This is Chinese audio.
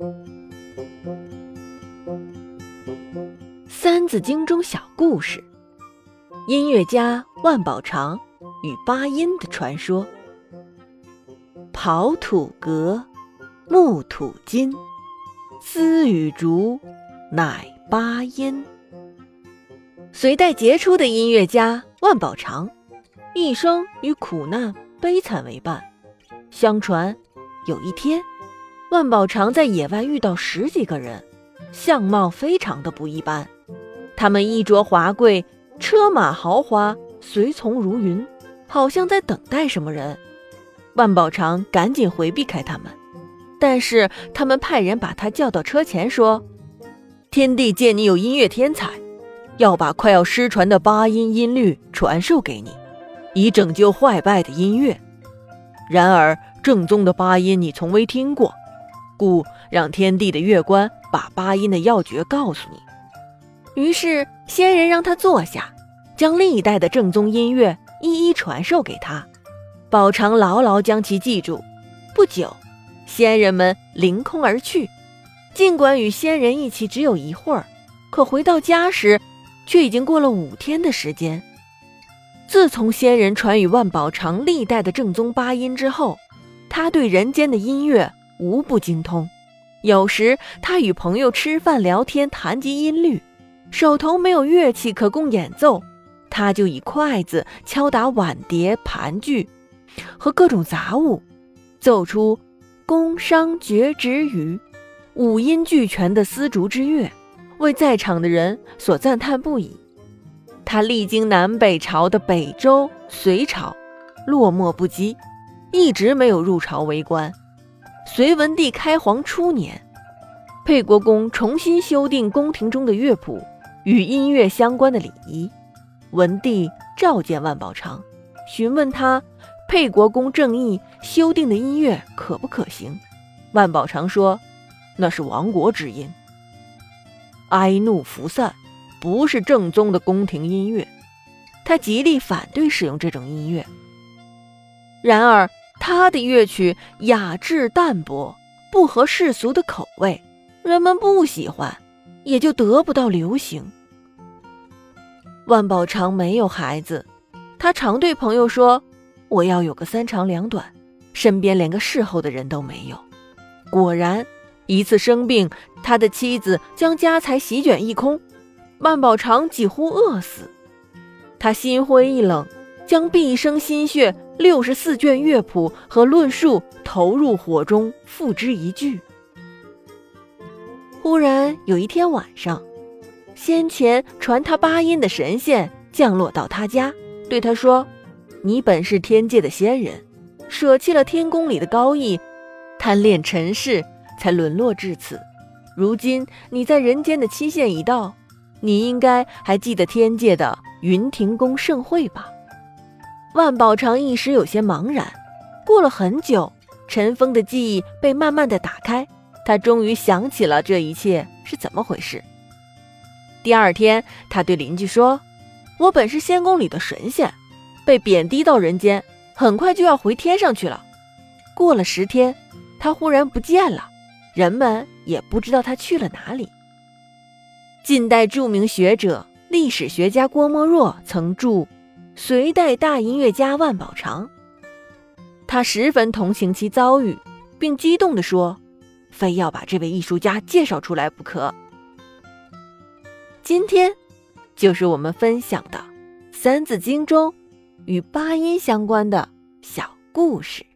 三字经中小故事，音乐家万宝长与八音的传说。刨土革，木土金，丝与竹，乃八音。隋代杰出的音乐家万宝长，一生与苦难悲惨为伴。相传有一天，万宝长在野外遇到10几个人，相貌非常的不一般。他们衣着华贵，车马豪华，随从如云，好像在等待什么人。万宝长赶紧回避开他们，但是他们派人把他叫到车前，说：天帝见你有音乐天才，要把快要失传的八音音律传授给你，以拯救坏败的音乐。然而正宗的八音你从未听过，故让天帝的乐官把八音的要诀告诉你。于是仙人让他坐下，将历代的正宗音乐一一传授给他。宝长牢牢将其记住。不久，仙人们凌空而去。尽管与仙人一起只有一会儿，可回到家时却已经过了5天的时间。自从仙人传与万宝长历代的正宗八音之后，他对人间的音乐无不精通。有时他与朋友吃饭聊天，谈及音律，手头没有乐器可供演奏，他就以筷子敲打碗碟、盘具和各种杂物，奏出宫商角徵羽5音俱全的丝竹之乐，为在场的人所赞叹不已。他历经南北朝的北周、隋朝，落寞不羁，一直没有入朝为官。隋文帝开皇初年，沛国公重新修订宫廷中的乐谱与音乐相关的礼仪。文帝召见万宝长，询问他沛国公郑义修订的音乐可不可行。万宝长说，那是亡国之音，哀怒服散，不是正宗的宫廷音乐。他极力反对使用这种音乐。然而他的乐曲雅致淡泊，不合世俗的口味，人们不喜欢，也就得不到流行。万宝长没有孩子，他常对朋友说，我要有个3长2短，身边连个侍候的人都没有。果然，一次生病，他的妻子将家财席卷一空，万宝长几乎饿死。他心灰意冷，将毕生心血64卷乐谱和论述投入火中，付之一炬。忽然有一天晚上，先前传他八音的神仙降落到他家，对他说，你本是天界的仙人，舍弃了天宫里的高义，贪恋尘世，才沦落至此。如今你在人间的期限已到，你应该还记得天界的云亭宫盛会吧。万宝长一时有些茫然，过了很久，尘封的记忆被慢慢的打开，他终于想起了这一切是怎么回事。第二天，他对邻居说，我本是仙宫里的神仙，被贬低到人间，很快就要回天上去了。过了10天，他忽然不见了，人们也不知道他去了哪里。近代著名学者、历史学家郭沫若曾著隋代大音乐家万宝长，他十分同情其遭遇，并激动地说，非要把这位艺术家介绍出来不可。今天就是我们分享的三字经中与八音相关的小故事。